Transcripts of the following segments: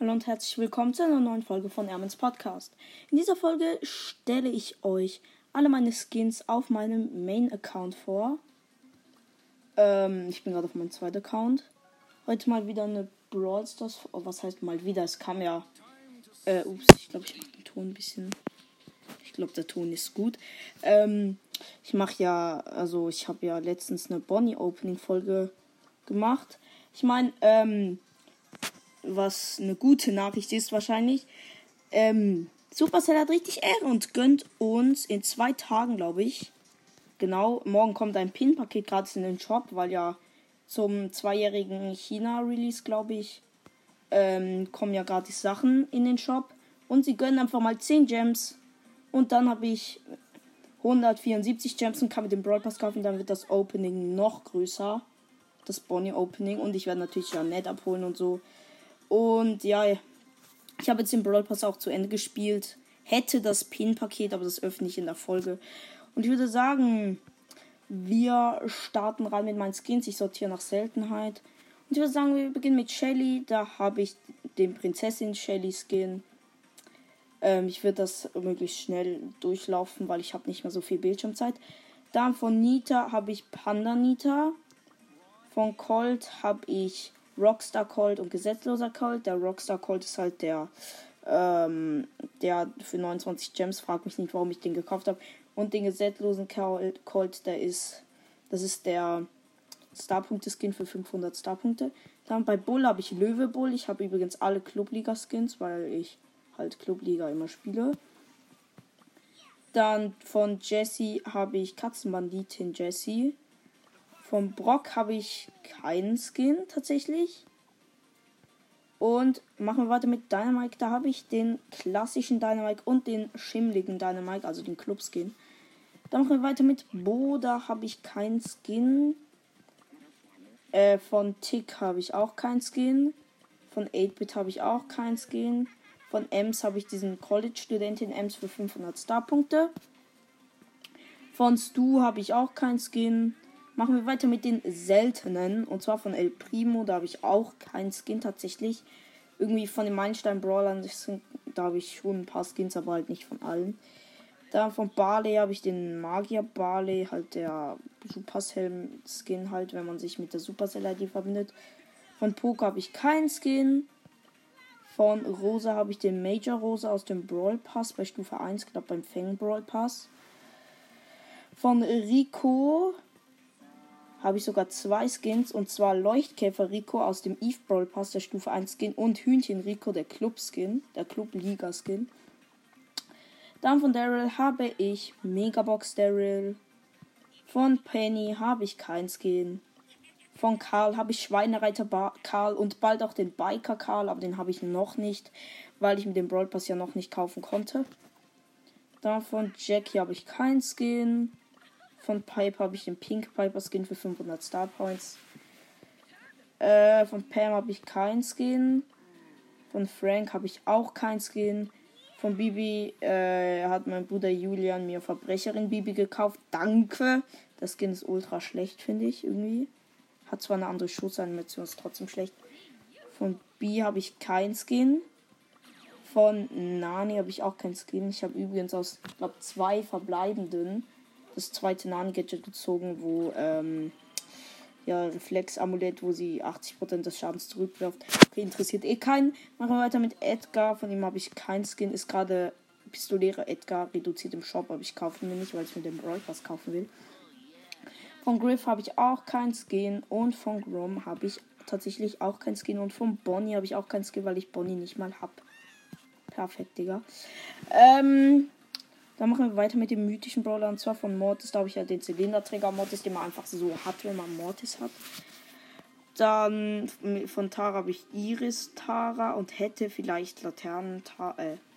Hallo und herzlich willkommen zu einer neuen Folge von Ermans Podcast. In dieser Folge stelle ich euch alle meine Skins auf meinem Main-Account vor. Ich bin gerade auf meinem zweiten Account. Heute mal wieder eine Brawl Stars. Was heißt mal wieder? Es kam ja. Ich glaube, ich mache den Ton ein bisschen. Ich glaube, der Ton ist gut. Ich habe ja letztens eine Bonnie-Opening-Folge gemacht. Ich meine, was eine gute Nachricht ist wahrscheinlich. Supercell hat richtig Ehre und gönnt uns in 2 Tagen, glaube ich. Genau, morgen kommt ein Pin-Paket gratis in den Shop, weil ja zum 2-jährigen China-Release, glaube ich, kommen ja gratis Sachen in den Shop. Und sie gönnen einfach mal 10 Gems. Und dann habe ich 174 Gems und kann mit dem Brawl Pass kaufen. Dann wird das Opening noch größer. Das Bonnie Opening. Und ich werde natürlich ja Net abholen und so. Und ja, ich habe jetzt den Brawl Pass auch zu Ende gespielt. Hätte das Pin-Paket, aber das öffne ich in der Folge. Und ich würde sagen, wir starten rein mit meinen Skins. Ich sortiere nach Seltenheit. Und ich würde sagen, wir beginnen mit Shelly. Da habe ich den Prinzessin Shelly Skin. Ich würde das möglichst schnell durchlaufen, weil ich habe nicht mehr so viel Bildschirmzeit. Dann von Nita habe ich Panda Nita. Von Colt habe ich Rockstar Colt und Gesetzloser Colt. Der Rockstar Colt ist halt der für 29 Gems. Frag mich nicht, warum ich den gekauft habe. Und den gesetzlosen Colt, das ist der Starpunkte-Skin für 500 Starpunkte. Dann bei Bull habe ich Löwe Bull. Ich habe übrigens alle Clubliga-Skins, weil ich halt Clubliga immer spiele. Dann von Jessie habe ich Katzenbanditin Jessie. Vom Brock habe ich keinen Skin tatsächlich. Und machen wir weiter mit Dynamite. Da habe ich den klassischen Dynamite und den schimmligen Dynamite, also den Club-Skin. Dann machen wir weiter mit Bo. Da habe ich keinen Skin. Von Tick habe ich auch keinen Skin. Von 8-Bit habe ich auch keinen Skin. Von Ems habe ich diesen College-Studentin Ems für 500 Starpunkte. Von Stu habe ich auch keinen Skin. Machen wir weiter mit den seltenen. Und zwar von El Primo. Da habe ich auch keinen Skin tatsächlich. Irgendwie von den Meilenstein-Brawlern. Da habe ich schon ein paar Skins, aber halt nicht von allen. Dann von Barley habe ich den Magier Barley. Halt der Supercell-Skin halt, wenn man sich mit der Supercell-ID verbindet. Von Poker habe ich keinen Skin. Von Rosa habe ich den Major Rosa aus dem Brawl Pass bei Stufe 1. Ich glaube beim Fang Brawl Pass. Von Rico habe ich sogar 2 Skins, und zwar Leuchtkäfer Rico aus dem Eve Brawl Pass, der Stufe 1 Skin, und Hühnchen Rico, der Club Skin, der Club Liga Skin. Dann von Daryl habe ich Megabox Daryl. Von Penny habe ich kein Skin. Von Karl habe ich Schweinereiter Karl und bald auch den Biker Karl, aber den habe ich noch nicht, weil ich mit dem Brawl Pass ja noch nicht kaufen konnte. Dann von Jackie habe ich kein Skin. Von Piper habe ich den Pink Piper Skin für 500 Star Points. Von Pam habe ich keinen Skin. Von Frank habe ich auch keinen Skin. Von Bibi hat mein Bruder Julian mir Verbrecherin Bibi gekauft. Danke. Das Skin ist ultra schlecht, finde ich irgendwie. Hat zwar eine andere Schussanimation, ist trotzdem schlecht. Von B habe ich keinen Skin. Von Nani habe ich auch keinen Skin. Ich habe übrigens aus, ich glaube, 2 verbleibenden das zweite Nani-Gadget gezogen, wo, Reflex-Amulett, wo sie 80% des Schadens zurückwirft. Okay, interessiert eh keinen. Machen wir weiter mit Edgar. Von ihm habe ich keinen Skin. Ist gerade Pistolere Edgar reduziert im Shop, aber ich kaufe ihn mir nicht, weil ich mir den Brawl Pass kaufen will. Von Griff habe ich auch keinen Skin. Und von Grom habe ich tatsächlich auch keinen Skin. Und von Bonnie habe ich auch keinen Skin, weil ich Bonnie nicht mal habe. Perfekt, Digga. Dann machen wir weiter mit dem mythischen Brawler. Und zwar von Mortis. Da habe ich ja den Zylinderträger Mortis, den man einfach so hat, wenn man Mortis hat. Dann von Tara habe ich Iris Tara und hätte vielleicht Laternen Tara.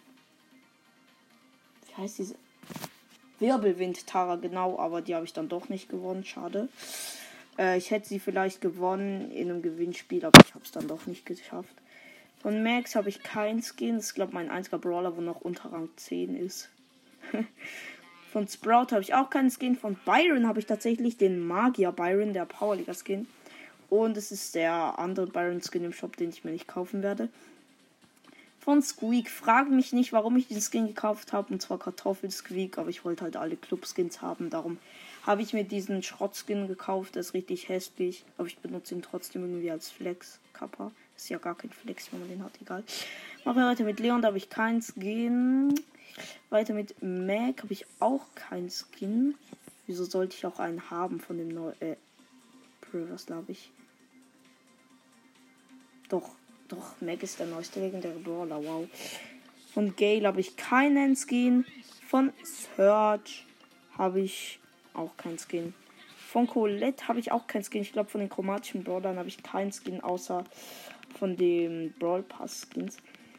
Wie heißt diese? Wirbelwind Tara, genau, aber die habe ich dann doch nicht gewonnen. Schade. Ich hätte sie vielleicht gewonnen in einem Gewinnspiel, aber ich habe es dann doch nicht geschafft. Von Max habe ich keinen Skin. Das ist, glaube ich, mein einziger Brawler, wo noch unter Rang 10 ist. Von Sprout habe ich auch keinen Skin. Von Byron habe ich tatsächlich den Magier Byron, der Powerliga Skin. Und es ist der andere Byron Skin im Shop, den ich mir nicht kaufen werde. Von Squeak. Frag mich nicht, warum ich den Skin gekauft habe. Und zwar Kartoffel-Squeak. Aber ich wollte halt alle Club-Skins haben. Darum habe ich mir diesen Schrott-Skin gekauft. Der ist richtig hässlich. Aber ich benutze ihn trotzdem irgendwie als Flex-Kappa. Ist ja gar kein Flex, wenn man den hat. Egal. Machen wir weiter mit Leon. Da habe ich keinen Skin. Weiter mit Mac. Habe ich auch keinen Skin. Wieso sollte ich auch einen haben von dem neuen... was glaube ich? Doch, Mac ist der neueste legendäre Brawler, wow. Von Gale habe ich keinen Skin. Von Search habe ich auch keinen Skin. Von Colette habe ich auch keinen Skin. Ich glaube, von den chromatischen Brawlern habe ich keinen Skin, außer von den Brawl Pass Skins.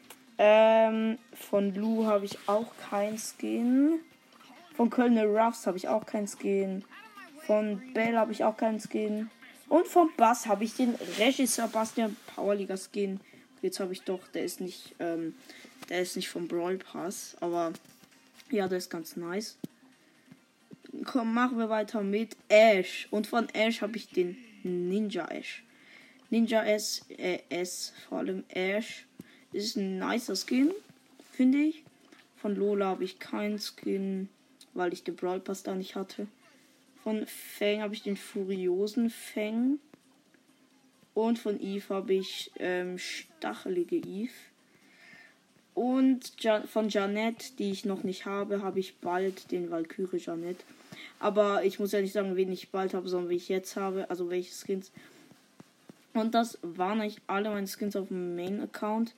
Von Lou habe ich auch keinen Skin. Von Colonel Ruffs habe ich auch keinen Skin. Von Bell habe ich auch keinen Skin. Und vom Bass habe ich den Regisseur Bastian Powerliga Skin. Jetzt habe ich doch, der ist nicht vom Brawl Pass, aber ja, der ist ganz nice. Komm, machen wir weiter mit Ash. Und von Ash habe ich den Ninja Ash. Ninja S, vor allem Ash. Ist ein nicer Skin, finde ich. Von Lola habe ich keinen Skin, weil ich den Brawl Pass da nicht hatte. Von Fang habe ich den Furiosen Fang. Und von Eve habe ich stachelige Eve. Und von Jeanette, die ich noch nicht habe, habe ich bald den Valkyrie Jeanette. Aber ich muss ja nicht sagen, wen ich bald habe, sondern wen ich jetzt habe. Also welche Skins. Und das waren eigentlich alle meine Skins auf dem Main-Account.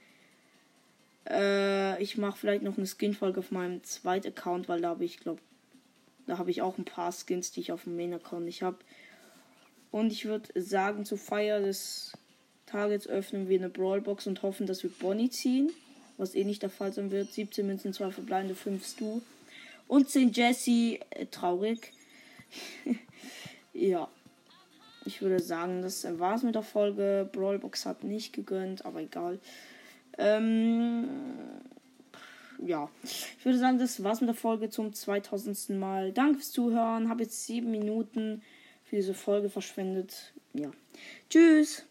Ich mache vielleicht noch eine Skin-Folge auf meinem zweiten Account, weil da habe ich, da habe ich auch ein paar Skins, die ich auf dem Main-Account nicht habe. Und ich würde sagen, zur Feier des Tages öffnen wir eine Brawlbox und hoffen, dass wir Bonnie ziehen. Was eh nicht der Fall sein wird. 17 Münzen, 2 verbleibende, 5 Stu. Und 10 Jessie. Traurig. Ja. Ich würde sagen, das war's mit der Folge. Brawlbox hat nicht gegönnt, aber egal. Ja, ich würde sagen, das war's mit der Folge zum 2000. Mal. Danke fürs Zuhören. Habe jetzt 7 Minuten für diese Folge verschwendet. Ja. Tschüss.